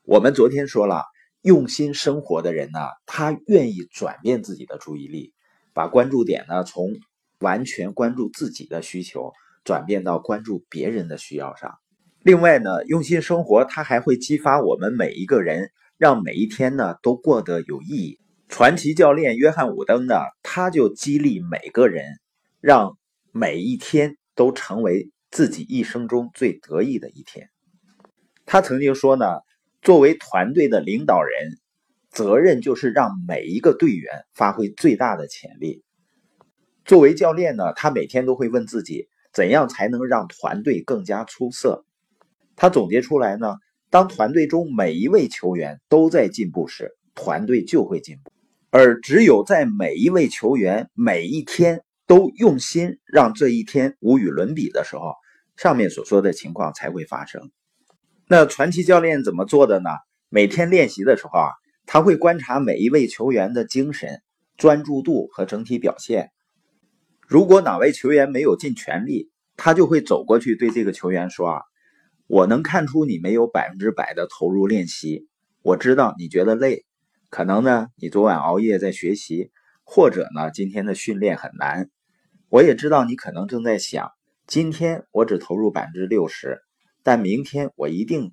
我们昨天说了，用心生活的人呢，他愿意转变自己的注意力，把关注点呢从完全关注自己的需求，转变到关注别人的需要上。另外呢，用心生活它还会激发我们每一个人，让每一天呢都过得有意义。传奇教练约翰伍登呢，他就激励每个人，让每一天都成为自己一生中最得意的一天。他曾经说呢，作为团队的领导人，责任就是让每一个队员发挥最大的潜力。作为教练呢，他每天都会问自己，怎样才能让团队更加出色。他总结出来呢，当团队中每一位球员都在进步时，团队就会进步。而只有在每一位球员每一天都用心让这一天无与伦比的时候，上面所说的情况才会发生。那传奇教练怎么做的呢？每天练习的时候他会观察每一位球员的精神、专注度和整体表现。如果哪位球员没有尽全力，他就会走过去对这个球员说我能看出你没有100%的投入练习，我知道你觉得累，可能呢你昨晚熬夜在学习，或者呢今天的训练很难。我也知道你可能正在想，今天我只投入60%，但明天我一定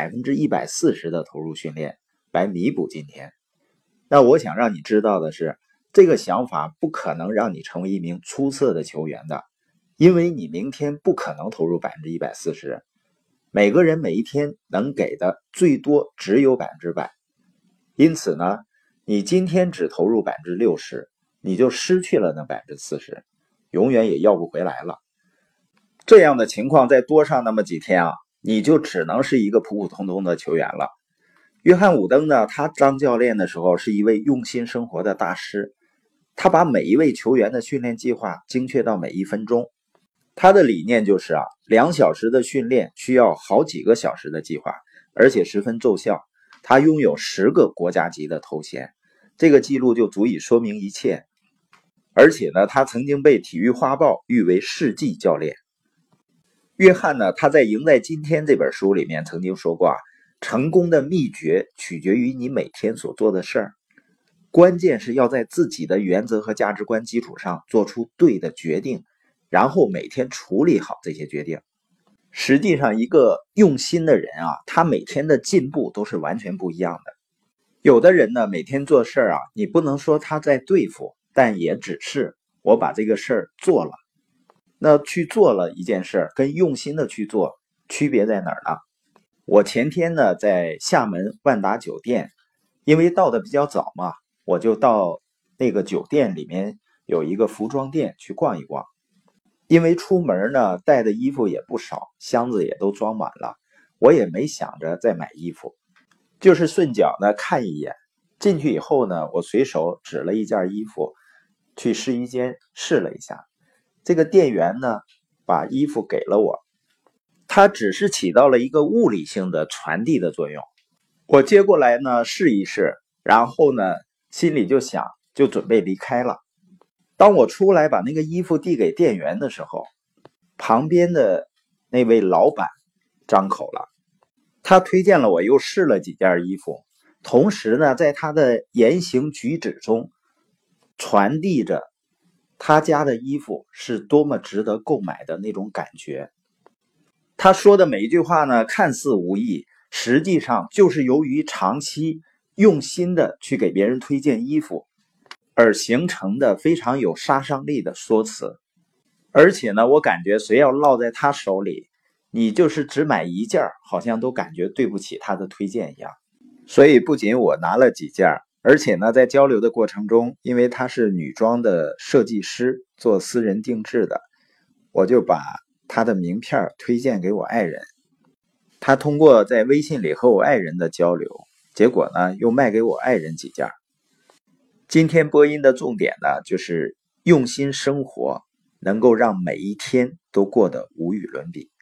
140%的投入训练来弥补今天。那我想让你知道的是，这个想法不可能让你成为一名出色的球员的，因为你明天不可能投入140%。每个人每一天能给的最多只有100%，因此呢，你今天只投入60%，你就失去了那40%，永远也要不回来了。这样的情况再多上那么几天你就只能是一个普普通通的球员了。约翰伍登呢，他当教练的时候是一位用心生活的大师，他把每一位球员的训练计划精确到每一分钟。他的理念就是2小时的训练需要好几个小时的计划，而且十分奏效。他拥有10个国家级的头衔，这个记录就足以说明一切。而且呢，他曾经被体育画报誉为世纪教练。约翰呢，他在《赢在今天》这本书里面曾经说过成功的秘诀取决于你每天所做的事儿，关键是要在自己的原则和价值观基础上做出对的决定，然后每天处理好这些决定。实际上一个用心的人他每天的进步都是完全不一样的。有的人呢，每天做事你不能说他在对付，但也只是我把这个事儿做了。那去做了一件事跟用心的去做区别在哪儿呢？我前天呢在厦门万达酒店，因为到的比较早嘛，我就到那个酒店里面有一个服装店去逛一逛。因为出门呢带的衣服也不少，箱子也都装满了，我也没想着再买衣服，就是顺脚呢看一眼。进去以后呢，我随手指了一件衣服，去试衣间试了一下。这个店员呢把衣服给了我，它只是起到了一个物理性的传递的作用。我接过来呢试一试，然后呢心里就想，就准备离开了。当我出来把那个衣服递给店员的时候，旁边的那位老板张口了，他推荐了我又试了几件衣服，同时呢在他的言行举止中传递着他家的衣服是多么值得购买的那种感觉。他说的每一句话呢看似无意，实际上就是由于长期用心的去给别人推荐衣服而形成的非常有杀伤力的说辞。而且呢，我感觉谁要落在他手里，你就是只买一件好像都感觉对不起他的推荐一样。所以不仅我拿了几件，而且呢在交流的过程中，因为他是女装的设计师，做私人定制的，我就把他的名片推荐给我爱人。他通过在微信里和我爱人的交流，结果呢又卖给我爱人几件。今天播音的重点呢，就是用心生活能够让每一天都过得无与伦比。